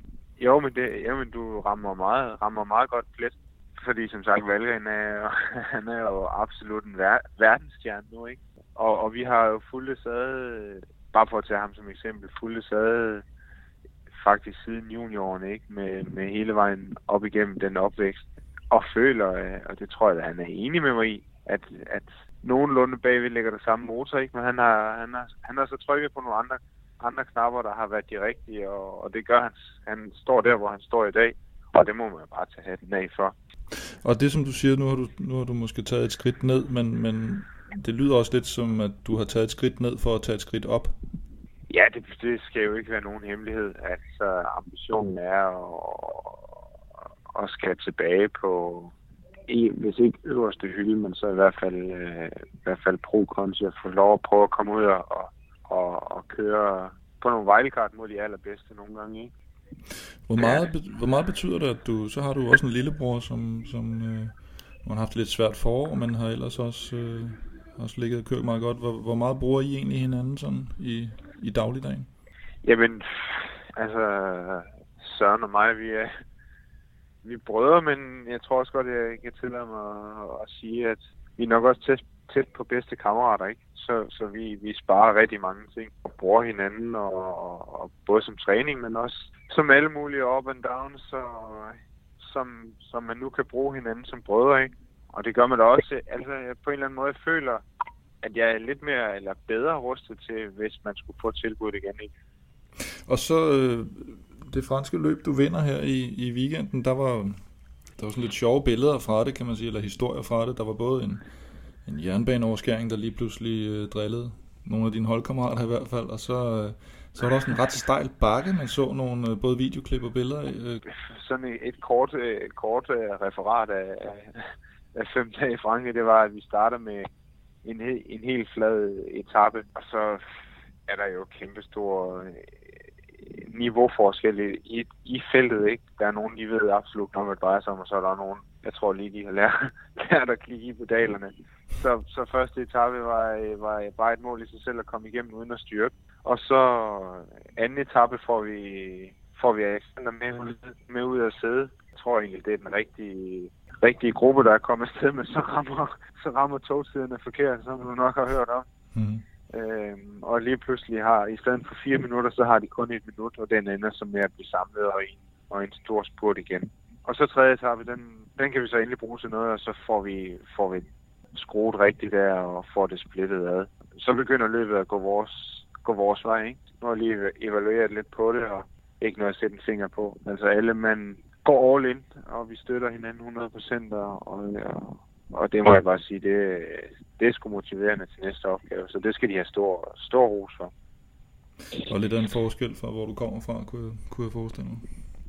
Jo, men, det, jamen, du rammer meget, rammer meget godt plet. Fordi som sagt, Valgren er, han er jo absolut en ver- verdensstjerne nu, ikke? Og, og vi har jo fulgt sad, bare for at tage ham som eksempel, fulgt sad faktisk siden junioren, ikke? Med, med hele vejen op igennem den opvækst. Og føler, og det tror jeg, at han er enig med mig i, at, at nogenlunde bagved ligger der samme motor, ikke? Men han har, han har, han har så trykket på nogle andre, andre knapper, der har været de rigtige, og, og det gør han. Han står der, hvor han står i dag, og det må man bare tage hatten af for. Og det, som du siger, nu har du, nu har du måske taget et skridt ned, men, men det lyder også lidt som, at du har taget et skridt ned for at tage et skridt op. Ja, det, det skal jo ikke være nogen hemmelighed. Altså, ambitionen er at, at skal tilbage på, hvis ikke øverste hylde, men så i hvert fald, øh, i hvert fald pro-konti, at få lov at prøve at komme ud og, og, og køre på nogle wildcard mod de allerbedste nogle gange, ikke? Hvor meget, hvor meget betyder det, at du, så har du også en lillebror, som, som øh, man har haft lidt svært forår, men har ellers også, øh, også ligget og kørt meget godt. Hvor, hvor meget bruger I egentlig hinanden sådan i, i dagligdagen? Jamen, altså, Søren og mig, vi er, vi er brødre, men jeg tror også godt, at jeg kan tillade mig at, at sige, at vi er nok også tæt, tæt på bedste kammerater, ikke? Så, så vi, vi sparer rigtig mange ting og bruger hinanden, og, og, og både som træning, men også som alle mulige up and down, så, som, som man nu kan bruge hinanden som brødre, ikke? Og det gør man da også, altså jeg på en eller anden måde føler, at jeg er lidt mere eller bedre rustet til, hvis man skulle få tilbuddet igen, ikke? Og så øh, det franske løb, du vinder her i, i weekenden, der var, der var sådan lidt sjove billeder fra det, kan man sige, eller historier fra det. Der var både en, en jernbaneoverskæring, der lige pludselig øh, drillede nogle af dine holdkammerater i hvert fald, og så, øh, så var der også en ret stejl bakke, man så nogle øh, både videoklip og billeder af. Øh. Sådan et, et kort, et kort referat af, af fem dage i Frankrig, det var, at vi starter med en, en helt flad etape, og så er der jo kæmpestor niveauforskel i, i feltet, ikke? Der er nogen, de ved absolut noget, hvad det drejer sig om, og så er der nogen, jeg tror lige, de har lært, lært at klikke i pedalerne. Så, så første etape var, var bare et mål i sig selv at komme igennem uden at styrke. Og så anden etape får vi, får vi Alexander med, med ud af sæde. Jeg tror egentlig, det er den rigtige, rigtige gruppe, der er kommet afsted, men så rammer, så rammer togtiderne forkert, som du nok har hørt om. Mm. Øhm, og lige pludselig har, i stedet for fire minutter, så har de kun et minut, og den ender så med at blive samlet og en, og en stor spurt igen. Og så tredje etape, den, den kan vi så endelig bruge til noget, og så får vi, får vi skruet rigtigt der og får det splittet ad. Så begynder løbet at gå vores, gå vores vej, ikke? Nu har jeg lige evalueret lidt på det, og ikke noget at sætte en finger på. Altså alle mand går all in, og vi støtter hinanden hundrede procent, og, og, og det må jeg bare sige, det, det er sgu motiverende til næste opgave, så det skal de have stor, stor ros for. Og lidt af en forskel fra, hvor du kommer fra, kunne jeg, kunne jeg forestille mig.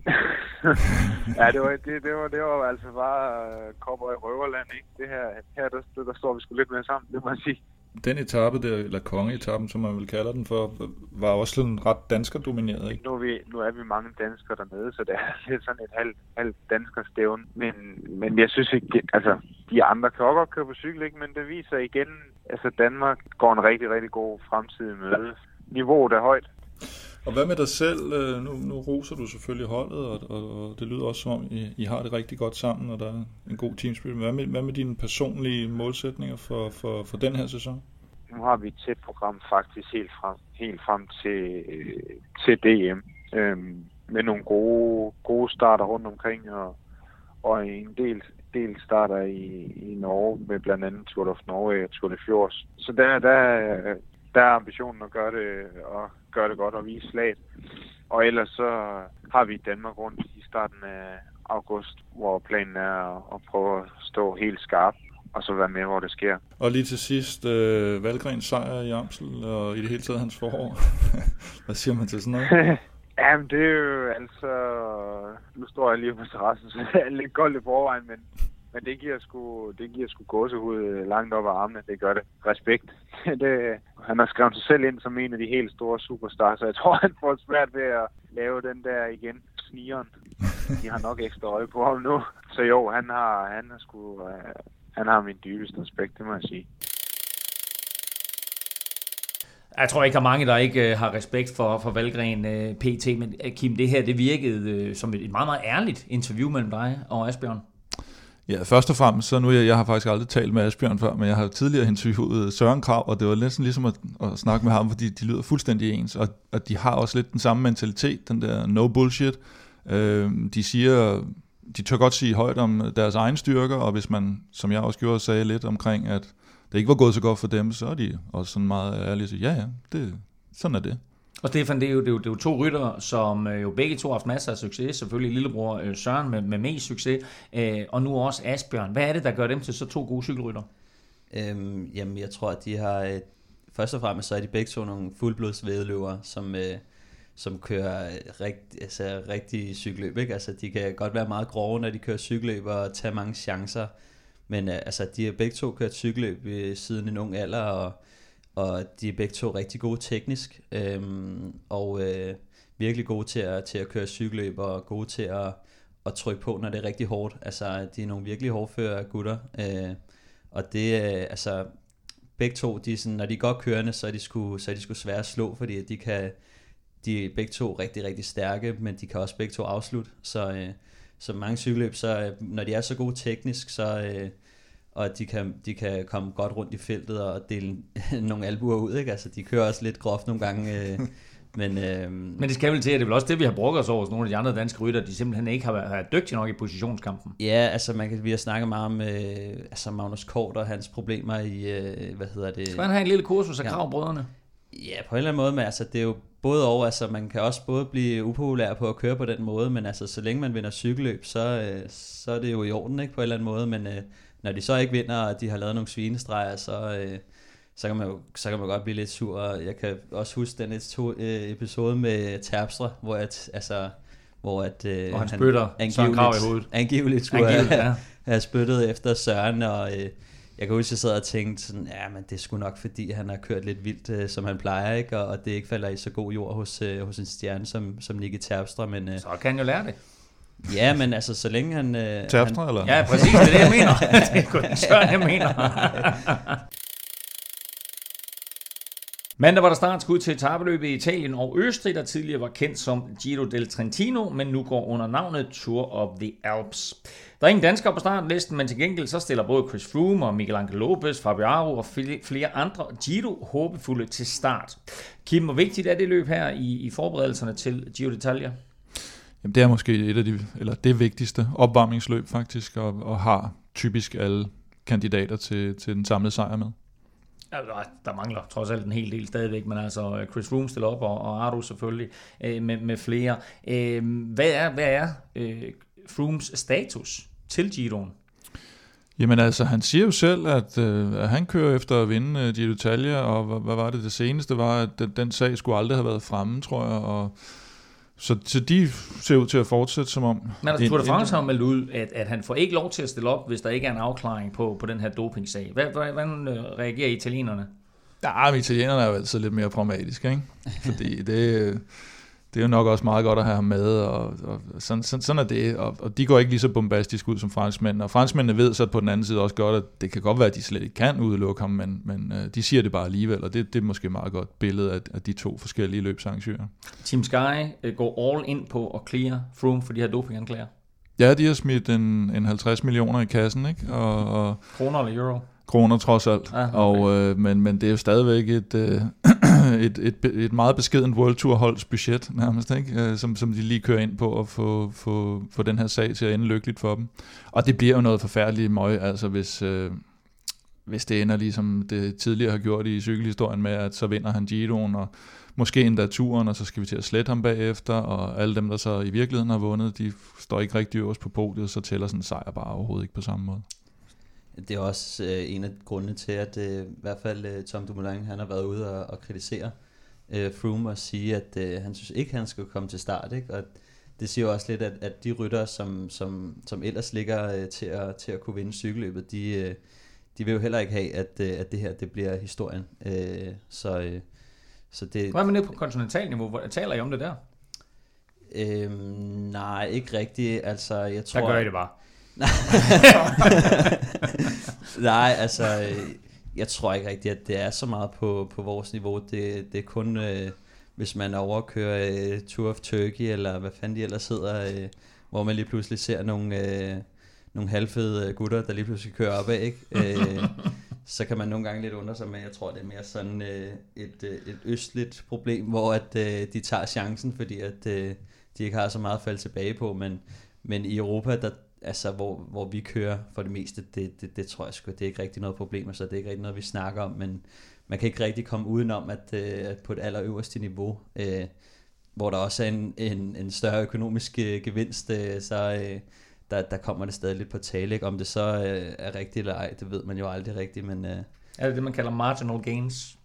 Ja, det var, det, det, var, det var altså bare uh, kopper i røverland, ikke? Det her, her der, der, der står vi sgu lidt mere sammen, det må jeg sige. Den etape der, eller kongeetappen, som man vil kalde den for, var også sådan ret danskerdomineret, ikke? Nu er, vi, nu er vi mange danskere dernede, så det er lidt sådan et halvt halv danskerstævn. Men, men jeg synes ikke, altså, de andre kan også godt køre på cykel, ikke? Men det viser igen, altså Danmark går en rigtig, rigtig god fremtid i møde. Niveauet er højt. Og hvad med dig selv? Nu, nu roser du selvfølgelig holdet, og, og, og det lyder også som om, I, I har det rigtig godt sammen, og der er en god teamspirit. Hvad med, hvad med dine personlige målsætninger for, for, for den her sæson? Nu har vi et tæt program faktisk helt frem, helt frem til, til D M, øhm, med nogle gode, gode starter rundt omkring, og, og en del, del starter i, i Norge, med blandt andet Tour of Norway og Tour de Fjords. Så der, der, der er ambitionen at gøre det, og gøre det godt og vise slaget. Og ellers så har vi Danmark rundt i starten af august, hvor planen er at prøve at stå helt skarp, og så være med, hvor det sker. Og lige til sidst, øh, Valgrens sejr i Amstel, og i det hele taget hans forår. Hvad siger man til sådan noget? Jamen, det er jo altså... Nu står jeg lige på terrassen, så det er lidt koldt i forvejen, men, men det giver sgu, det giver sgu gåsehud langt op ad armene. Det gør det. Respekt. det, han har skrevet sig selv ind som en af de helt store superstars, så jeg tror, han får svært ved at lave den der igen. Snigeren. De har nok ekstra øje på ham nu. Så jo, han har, han har sgu... Uh, han har min dybeste respekt, det må jeg sige. Jeg tror ikke, der er mange, der ikke øh, har respekt for, for Valgren øh, P T, men Kim, det her, det virkede øh, som et meget, meget ærligt interview mellem dig og Asbjørn. Ja, først og fremmest, så nu, jeg, jeg har faktisk aldrig talt med Asbjørn før, men jeg har tidligere interviewet Søren Krag, og det var næsten ligesom at, at snakke med ham, fordi de lyder fuldstændig ens, og, og de har også lidt den samme mentalitet, den der no bullshit. Øh, de siger, de tør godt sige højt om deres egen styrker, og hvis man, som jeg også gjorde, sagde lidt omkring, at det ikke var gået så godt for dem, så er de også sådan meget ærlige og siger, ja, ja, det, sådan er det. Og Stefan, det er, jo, det, er jo, det er jo to ryttere, som jo begge to har haft masser af succes. Selvfølgelig lillebror Søren med, med mest succes, øh, og nu også Asbjørn. Hvad er det, der gør dem til så to gode cykelrytter? Øhm, jamen, jeg tror, at de har... Først og fremmest så er de begge to nogle fuldblodsvæddeløbere, som, øh, som kører rigt, altså, rigtige cykelløb. Ikke? Altså, de kan godt være meget grove, når de kører cykelløb og tage mange chancer. Men øh, altså, de har begge to kørt cykelløb øh, siden en ung alder, og og de er begge to rigtig gode teknisk, øhm, og øh, virkelig gode til at, til at køre cykelløb, og gode til at, at trykke på, når det er rigtig hårdt. Altså, de er nogle virkelig hårdføre gutter, øh, og det er, øh, altså, begge to, de er sådan, når de er godt kørende, så er de sgu, så er de sgu svære at slå, fordi de kan, de er begge to rigtig, rigtig stærke, men de kan også begge to afslutte, så, øh, så mange cykelløb, så når de er så gode teknisk, så øh, og de kan, de kan komme godt rundt i feltet og dele nogle albuer ud, ikke? Altså, de kører også lidt groft nogle gange, øh, men... Øh, men det skal vel til, at det er vel også det, vi har brugt os over hos nogle af de andre danske rytter, de simpelthen ikke har været, har været dygtige nok i positionskampen. Ja, altså, man kan, vi har snakket meget om øh, altså Magnus Kort og hans problemer i, øh, hvad hedder det... Skal han have en lille kursus af Krag-brødrene? Ja, på en eller anden måde, men altså, det er jo både over, altså, man kan også både blive upopulær på at køre på den måde, men altså, så længe man vinder cykelløb, så, øh, så er det jo i orden, ikke, på en eller anden måde, men... Øh, når de så ikke vinder, og de har lavet nogle svinestreger, så, øh, så, kan man jo, så kan man godt blive lidt sur. Og jeg kan også huske den et, episode med Terpstra, hvor, at, altså, hvor, at, øh, hvor han spytter Søren Krag i hovedet. Angiveligt skulle Angiveligt, ja. have spyttet efter Søren, og øh, jeg kan huske, at jeg sad og tænkte sådan, ja, men det er sgu nok, fordi han har kørt lidt vildt, øh, som han plejer, ikke? Og, og det ikke falder i så god jord hos, øh, hos en stjerne som, som Nicky Terpstra. Men, øh, så kan han jo lære det. Ja, men altså, så længe han... Øh, Terpstra, eller? Ja, præcis, det er det, jeg mener. Det er kun Søren, jeg mener. Mandag var der startskud til etapeløbet i Italien og Østrig, der tidligere var kendt som Giro del Trentino, men nu går under navnet Tour of the Alps. Der er ingen danskere på startlisten, men til gengæld så stiller både Chris Froome og Miguel Angel Lopez, Fabio Aru og flere andre Giro-håbefulde til start. Kim, hvor vigtigt er det løb her i, i forberedelserne til Giro d'Italia? Jamen, det er måske et af de, eller det vigtigste opvarmningsløb faktisk, og, og har typisk alle kandidater til, til den samlede sejr med. Ja, der mangler trods alt en hel del stadigvæk, men altså Chris Froome stiller op, og, og Aru selvfølgelig øh, med, med flere. Øh, hvad er, hvad er øh, Froomes status til Giroen? Jamen altså, han siger jo selv, at, øh, at han kører efter at vinde øh, Giro d'Italia, og hvad, hvad var det det seneste var, at den, den sag skulle aldrig have været fremme, tror jeg, og Så, så de ser ud til at fortsætte som om... Men altså, Tour de France har meldt ud, at, at han får ikke lov til at stille op, hvis der ikke er en afklaring på, på den her dopingsag. Hvordan reagerer italienerne? Ja, men italienerne er jo altid lidt mere pragmatiske, ikke? Fordi det, det er jo nok også meget godt at have ham med, og, og sådan, sådan, sådan er det. Og, og de går ikke lige så bombastisk ud som franskmændene. Og franskmændene ved så på den anden side også godt, at det kan godt være, at de slet ikke kan udelukke ham, men, men de siger det bare alligevel, og det, det er måske et meget godt billede af, af de to forskellige løbsarrangører. Team Sky går all in på at clear Froome for de her dopinganklager. Ja, de har smidt en, en halvtreds millioner i kassen, ikke? Og, og kroner eller euro? Kroner trods alt. Ah, okay. og, øh, men, men det er jo stadigvæk et, øh, et, et, et meget beskedent World Tour holds budget, nærmest, ikke? Øh, som, som de lige kører ind på at få, få, få den her sag til at ende lykkeligt for dem. Og det bliver jo noget forfærdeligt møg, altså hvis, øh, hvis det ender ligesom det tidligere har gjort i cykelhistorien med, at så vinder han Giroen, og måske endda turen, og så skal vi til at slette ham bagefter, og alle dem, der så i virkeligheden har vundet, de står ikke rigtig øverst på podiet, så tæller sådan en sejr bare overhovedet ikke på samme måde. Det er også øh, en af grundene til, at øh, i hvert fald øh, Tom Dumoulin, han har været ude og, og kritisere øh, Froome og sige, at øh, han synes ikke, han skal komme til start, ikke? Og det siger også lidt, at, at de ryttere, som, som, som ellers ligger øh, til, at, til at kunne vinde cykelløbet, de, øh, de vil jo heller ikke have, at, øh, at det her det bliver historien. Øh, så, øh, så det, Hvad er man nede på kontinentalniveau? Hvor taler I om det der? Øh, nej, ikke rigtigt. Altså, jeg tror... Der gør I det bare. Nej, altså, jeg tror ikke rigtigt, at det er så meget på, på vores niveau. Det, det er kun, øh, hvis man overkører øh, Tour of Turkey, eller hvad fanden de ellers hedder, øh, hvor man lige pludselig ser nogle, øh, nogle halvfede gutter, der lige pludselig kører opad, ikke? Øh, så kan man nogle gange lidt undre sig, men jeg tror, det er mere sådan øh, et, øh, et østligt problem, hvor at, øh, de tager chancen, fordi at, øh, de ikke har så meget at falde tilbage på, men, men i Europa, der, altså, hvor, hvor vi kører for det meste, det, det, det tror jeg sgu, det er ikke rigtig noget problem, så det er ikke rigtig noget, vi snakker om, men man kan ikke rigtig komme udenom, at, øh, at på et allerøverste niveau, øh, hvor der også er en, en, en større økonomisk øh, gevinst, øh, så øh, der, der kommer det stadig lidt på tale, ikke? Om det så øh, er rigtigt eller ej, det ved man jo aldrig rigtigt, men... Øh, er det det, man kalder marginal gains?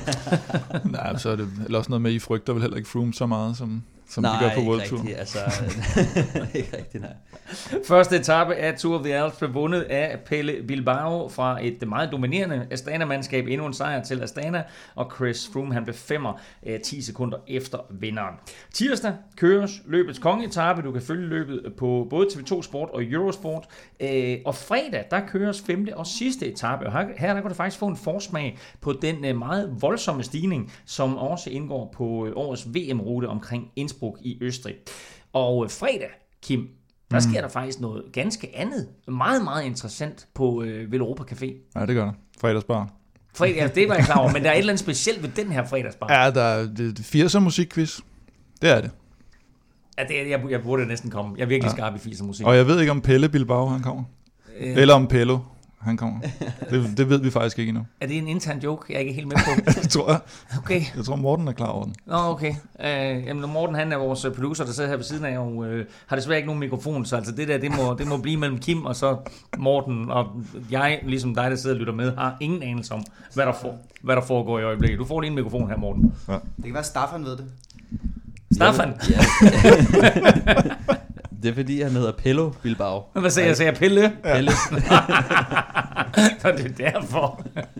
Nej, så er det også noget med, I frygter vel heller ikke Froome så meget, som, som nej, de gør på World Tour. Nej, ikke rigtigt, altså, ikke rigtigt, nej. Første etape af Tour of the Alps blev vundet af Pelle Bilbao fra et meget dominerende Astana-mandskab. Endnu en sejr til Astana, og Chris Froome han blev femmer ti sekunder efter vinderen. Tirsdag køres løbets kongeetape. Du kan følge løbet på både T V to Sport og Eurosport. Og fredag, der køres femte og sidste etape. Og her der kan du faktisk få en forsmag på den meget voldsomme stigning, som også indgår på årets V M-rute omkring Innsbruck i Østrig. Og fredag, Kim, der sker mm. der faktisk noget ganske andet. Meget, meget interessant på øh, Veloropa Café. Ja, det gør der. Fredagsbar. Fredag, ja, det var jeg klar over, men der er et eller andet specielt ved den her fredagsbar. Ja, der er det firser musikquiz. Det er det. Ja, det er, jeg, jeg burde næsten komme. Jeg er virkelig ja. skarp i firser musik. Og jeg ved ikke, om Pelle Bilbao han kommer. Øh. Eller om Pello han kommer. Det, det ved vi faktisk ikke endnu. Er det en intern joke, jeg er ikke helt med på? Det tror jeg. Okay. Jeg tror, Morten er klar over den. Nå, okay. Øh, jamen, Morten han er vores producer, der sidder her ved siden af, og øh, har desværre ikke nogen mikrofon, så altså det der, det må, det må blive mellem Kim og så Morten, og jeg, ligesom dig, der sidder og lytter med, har ingen anelse om, hvad der, for, hvad der foregår i øjeblikket. Du får lige en mikrofon her, Morten. Ja. Det kan være, Staffan ved det. Staffan? Ja. Det er fordi, han hedder Pello Bilbao. Hvad sagde jeg? Sagde jeg Pelle? Pelle. Så det er derfor.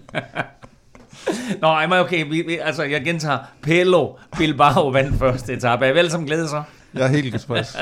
Nå, ej, okay, vi, vi, altså jeg gentager. Pello Bilbao vandt første etape. Er vi alle sammen glade så? Jeg er helt tilfreds.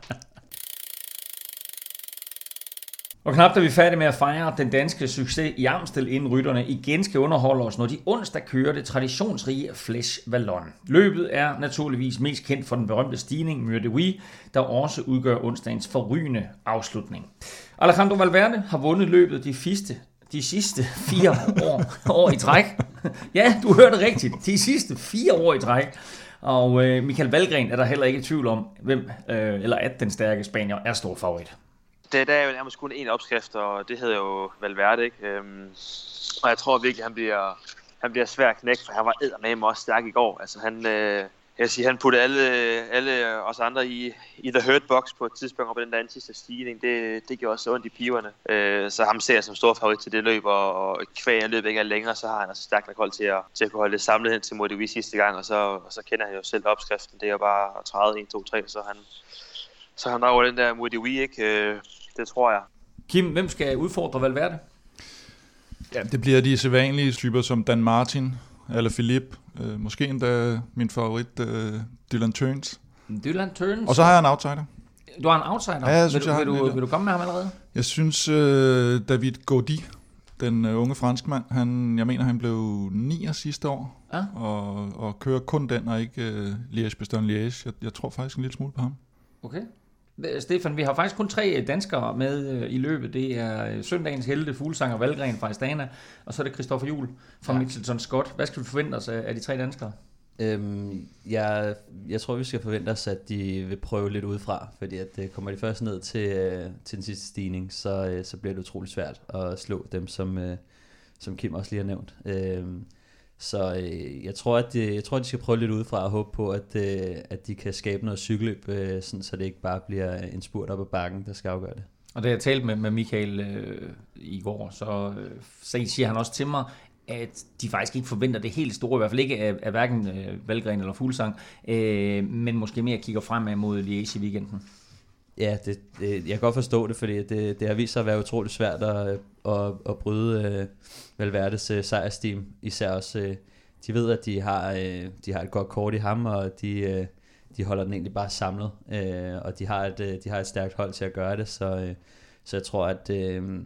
Og knap er vi færdige med at fejre den danske succes i Amstel, inden rytterne igen skal underholde os, når de onsdag kører det traditionsrige Flèche Wallonne. Løbet er naturligvis mest kendt for den berømte stigning Mur de Huy, der også udgør onsdagens forrygende afslutning. Alejandro Valverde har vundet løbet de sidste, de sidste fire år, år i træk. Ja, du hørte rigtigt. De sidste fire år i træk. Og øh, Michael Valgren er der heller ikke i tvivl om, hvem øh, eller at den stærke spanier er stor favorit. Det der er jo nærmest kun en opskrift, og det hedder jo Valverde, ikke? Øhm, og jeg tror virkelig, han bliver, han bliver svær at knække, for han var eddermame også stærk i går. Altså han, øh, jeg vil sige, han puttede alle, alle os andre i, i the hurt box på et tidspunkt op på den der sidste stigning. Det, det gjorde også ondt i piverne. Øh, så ham ser jeg som stor favorit til det løb, og, og kvæg løb ikke er længere, så har han altså stærkt nok hold til at, til at kunne holde det samlet hen til Mur de Huy sidste gang, og så, og så kender han jo selv opskriften. Det er jo bare at træde en, to, tre, så han, så han drager den der Mur de Huy, ikke? Øh, Det tror jeg. Kim, hvem skal udfordre Valverde? Ja, det bliver de sædvanlige typer som Dan Martin eller Philippe. Øh, måske endda min favorit, øh, Dylan Teuns. Dylan Teuns? Og så har jeg en outsider. Du har en outsider? Ja, jeg synes, vil, du, jeg vil, du, vil du komme med ham allerede? Jeg synes, øh, David Gaudy, den øh, unge franskmand, han, jeg mener, han blev nier sidste år. Ja. Og, og kører kun den, og ikke øh, Liège-Bastogne-Liège. Jeg, jeg tror faktisk en lille smule på ham. Okay. Stefan, vi har faktisk kun tre danskere med i løbet. Det er søndagens helte, Fuglsanger Valgren fra Astana, og så er det Christopher Juhl fra ja. Mitchelton Scott. Hvad skal vi forvente os af de tre danskere? Øhm, jeg, jeg tror, vi skal forvente os, at de vil prøve lidt udefra, fordi at det kommer de først ned til, til den sidste stigning, så, så bliver det utroligt svært at slå dem, som, som Kim også lige har nævnt. Øhm, Så øh, jeg tror, at de, jeg tror, at de skal prøve lidt udefra og håbe på, at, øh, at de kan skabe noget cykelløb, øh, sådan, så det ikke bare bliver en spurt op ad bakken, der skal afgøre det. Og da jeg talte med, med Michael øh, i går, så, øh, så siger han også til mig, at de faktisk ikke forventer det helt store, i hvert fald ikke af, af hverken øh, Valgren eller Fuglsang, øh, men måske mere kigger fremad mod Liège i weekenden. Ja, det, det, jeg kan godt forstå det, fordi det, det har vist sig at være utroligt svært at, at, at bryde øh, Valverdes øh, sejrsteam. Især også, øh, de ved, at de har, øh, de har et godt kort i ham, og de, øh, de holder den egentlig bare samlet. Øh, og de har, et, øh, de har et stærkt hold til at gøre det, så, øh, så jeg tror, at, øh,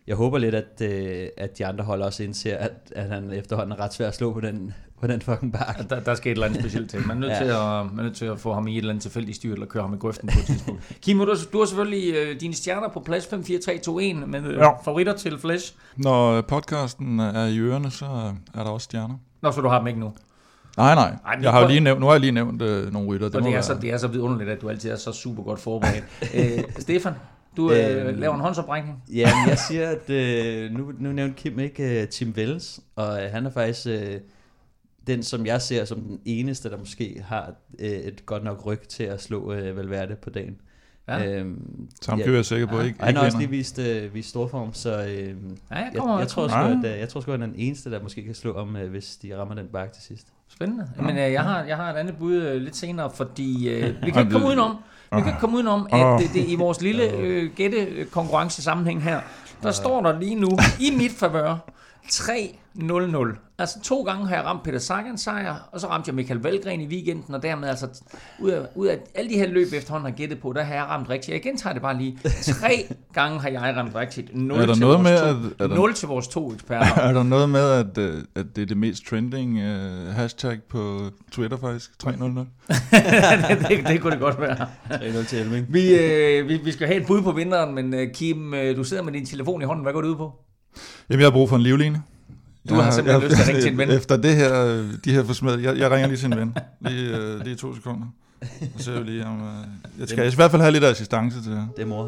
jeg håber lidt, at, øh, at de andre hold også indser, at, at han efterhånden er ret svær at slå på den, på den fucking bakke. Der, der skal et eller andet specielt til. Man er nødt, ja. til, at, man er nødt til at få ham i et eller andet tilfældigt styr, eller køre ham i grøften på et tidspunkt. Kim, du, du har selvfølgelig øh, dine stjerner på plads fem fire tre to en med øh, ja. favoritter til Flash. Når podcasten er i ørerne, så er der også stjerner. Nå, så du har dem ikke nu? Nej, nej. Ej, jeg har jo lige nævnt, nu har jeg lige nævnt øh, nogle rytter. Det, det, er så, det er så vidunderligt, at du altid er så super godt forberedt. øh, Stefan, du øh, øh, laver en håndsoprækning. Ja, jeg siger, at øh, nu, nu nævnte Kim ikke uh, Tim Welles, og øh, han er faktisk øh, den, som jeg ser som den eneste, der måske har øh, et godt nok ryg til at slå øh, Valverde på dagen. Ja. Øhm, så ham kører jeg sikker på, ja. ikke? Han har også lige vist, øh, vist storform, så øh, ja, jeg, jeg, jeg, tror sgu, at, øh, jeg tror sgu, at han er den eneste, der måske kan slå om, øh, hvis de rammer den bakke til sidst. Spændende. Ja. Men øh, jeg, har, jeg har et andet bud øh, lidt senere, fordi øh, vi kan ikke komme udenom, vi kan ikke komme udenom, at det, det i vores lille øh, gætte-konkurrencesammenhæng her, der står der lige nu i mit favør tre nul nul. Altså to gange har jeg ramt Peter Sagan sejr, og så ramte jeg Michael Valgren i weekenden, og dermed altså ud af, ud af alle de her løb efterhånden har gættet på, der har jeg ramt rigtigt. Jeg gentager det bare lige. Tre gange har jeg ramt rigtigt. nul er der til noget vores med, to, at, er der, nul til vores to eksperter. Er der noget med, at, at det er det mest trending uh, hashtag på Twitter faktisk? tre nul nul det, det, det kunne det godt være. tre nul til Elming. Vi, øh, vi, vi skal have et bud på vinderen, men uh, Kim, uh, du sidder med din telefon i hånden. Hvad går du ud på? Jamen, jeg har brug for en livline. Du har simpelthen jeg, lyst til at ringe til en ven. Efter det her, de her forsmed, jeg, jeg ringer lige til en ven. Lige, uh, lige to sekunder. Så ser vi lige om... Uh, jeg skal i hvert fald have lidt assistance til det. Det er mor.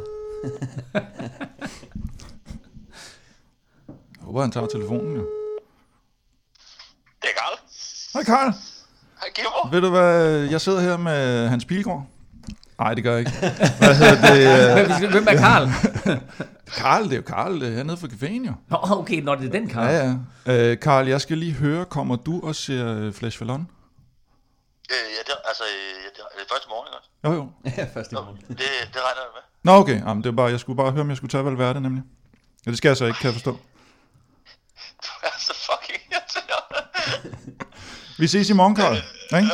Jeg håber, han tager telefonen, jo. Det er Karl. Hej, Karl. Hej, Kimmer. Ved du hvad, jeg sidder her med Hans Pilgaard. Nej, det gør jeg ikke. Hvad hedder det? Hvem er Karl? Karl, det er jo Karl hernede fra caféen, jo. Nå, okay, når det er den Karl. Ja, ja. Øh, Karl, jeg skal lige høre, kommer du og ser Flash Vallon? Øh, ja, det, altså, det er det første morgen, ikke? Jo, jo. Ja, første morgen. Det, det regner jeg med. Nå, okay. Jamen, det er bare, jeg skulle bare høre, om jeg skulle tage Valverde, nemlig. Ja, det skal jeg så ikke, kan jeg forstå. Du er så fucking irriterende. Vi ses i morgen, Karl. Ikke?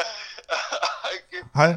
Hej.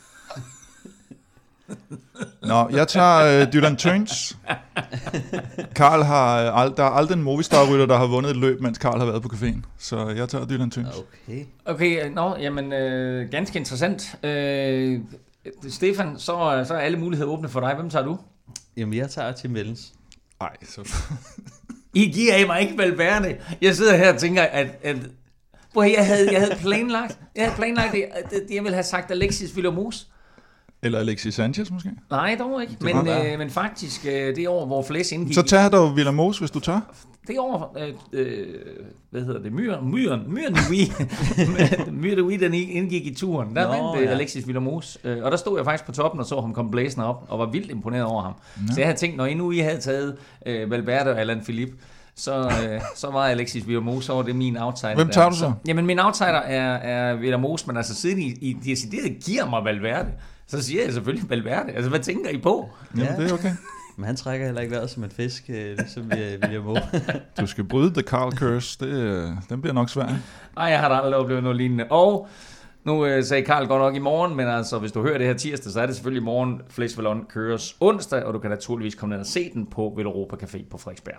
Nå, jeg tager uh, Dylan Tøns. Karl har ald- der er aldrig en Movistar-rytter, der har vundet et løb, mens Karl har været på caféen. Så jeg tager Dylan Tøns. Okay. Okay, nå, jamen, øh, ganske interessant. Øh, Stefan, så, så er alle muligheder åbne for dig. Hvem tager du? Jamen, jeg tager Tim Wellens. Nej, så... I giver mig ikke Valverde. Jeg sidder her og tænker, at... at Boah, jeg havde, jeg havde planlagt, jeg havde planlagt det, det, jeg ville have sagt Alexis Villamos. Eller Alexis Sanchez måske? Nej, dog ikke. Men, øh, men faktisk, øh, det år, hvor Flash indgik... Så tag dog Villamos, hvis du tør. Det år, øh, øh, hvad hedder det, Myren, Myren, Myren Myren, den indgik i turen. Der Nå, vandt øh, ja. Alexis Villamos. Øh, og der stod jeg faktisk på toppen og så ham komme blæsende op, og var vildt imponeret over ham. Nå. Så jeg havde tænkt, når endnu I havde taget øh, Valverde og Alain Philippe, så, øh, så var Alexis Villamos, så var det min outsider. Hvem tager du så? så? Jamen, min outsider er, er Villamos, men altså siden I, I decideret giver mig Valverde, så siger jeg selvfølgelig Valverde. Altså, hvad tænker I på? Ja, ja. Det er okay. Men han trækker heller ikke vejret som en fisk, ligesom William O. Du skal bryde the Karl curse. Det, den bliver nok svært. Nej, jeg har da aldrig oplevet noget lignende. Og nu øh, sagde Karl godt nok i morgen, men altså, hvis du hører det her tirsdag, så er det selvfølgelig i morgen. Flash Vallon køres onsdag, og du kan naturligvis komme ned og se den på Velropa Café på Frederiksberg.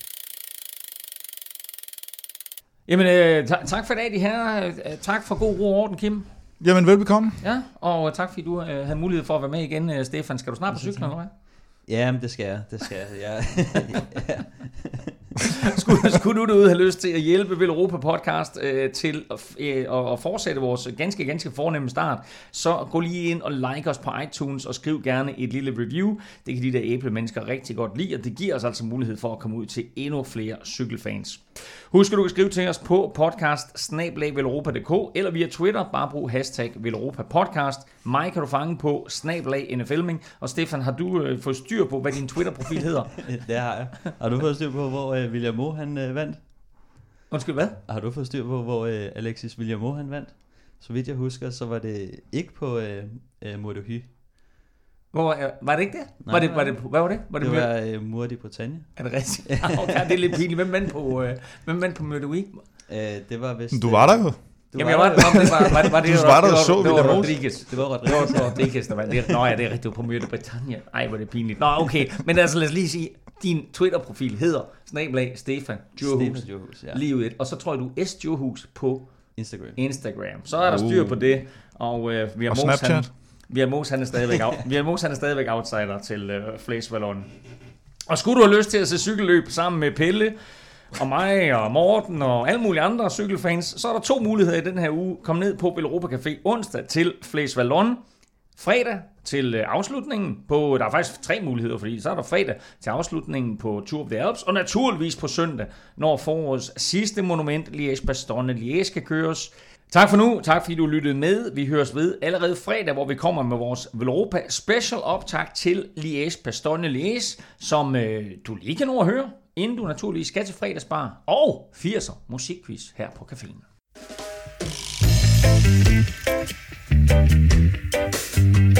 Jamen, øh, t- tak for i dag, de her. Tak for god ro og orden, Kim. Jamen, velbekomme. Ja, og tak fordi du øh, havde mulighed for at være med igen, Stefan. Skal du snart på cyklen, eller hvad? Ja, det skal jeg. Det skal jeg. Ja. skulle, skulle du derude have lyst til at hjælpe Velropa Podcast øh, til at, øh, at fortsætte vores ganske, ganske fornemme start, så gå lige ind og like os på iTunes og skriv gerne et lille review. Det kan de der æblemennesker rigtig godt lide, og det giver os altså mulighed for at komme ud til endnu flere cykelfans. Husk, at du kan skrive til os på podcast snabel-a velropa punktum d k eller via Twitter. Bare brug hashtag Velropa Podcast. Mig kan du fange på snabel-a N F Elming. Og Stefan, har du øh, fået styr på, hvad din Twitter-profil hedder? Det har jeg. Har du fået styr på, hvor øh, William O han øh, vandt? Undskyld, hvad? Har du fået styr på, hvor øh, Alexis William O han vandt? Så vidt jeg husker, så var det ikke på øh, øh, Murdohy. Hvor, øh, var det ikke det? Nej, var det, var det? Hvad var det? Var det, det var øh, Mur de Bretagne. Er det rigtigt? Okay, det er lidt pinligt. Hvem vandt på, øh, hvem vandt på Murdohy? Øh, det var vist... Du var der jo. Jamen, jeg var der. Det var, var, var det, du var der og så det var, det var Rodriguez. Det var Rodriguez. Det var Rodriguez, der vandt. Nå ja, det er rigtigt. Det var på Mur de Bretagne. Ej, hvor det pinligt. Nå, okay. Men altså, lad os lige sige, din Twitter-profil hedder snabel-a Stefan Djurhus. Stefan Djurhus, ja. Lige ud et. Og så tror jeg, du er S Djurhus på Instagram. Instagram. Så er der styr på det. Og øh, vi har Og Mos, Snapchat. han, vi har Mos, han er stadigvæk, out, vi har Mos, han er stadigvæk outsider til øh, Flæs Vallon. Og skulle du have lyst til at se cykelløb sammen med Pelle og mig og Morten og alle mulige andre cykelfans, så er der to muligheder i den her uge. Kom ned på Velropa Café onsdag til Flæs Vallon. Fredag til afslutningen på, der er faktisk tre muligheder, fordi så er der fredag til afslutningen på Tour of the Alps, og naturligvis på søndag, når forårets sidste monument, Liège-Bastogne-Liège, skal køres. Tak for nu, tak fordi du lyttede med. Vi høres ved allerede fredag, hvor vi kommer med vores Velropa Special optag til Liège-Bastogne-Liège, som øh, du lige kan nå at høre, inden du naturligvis skal til fredagsbar og firser musikquiz her på caféen.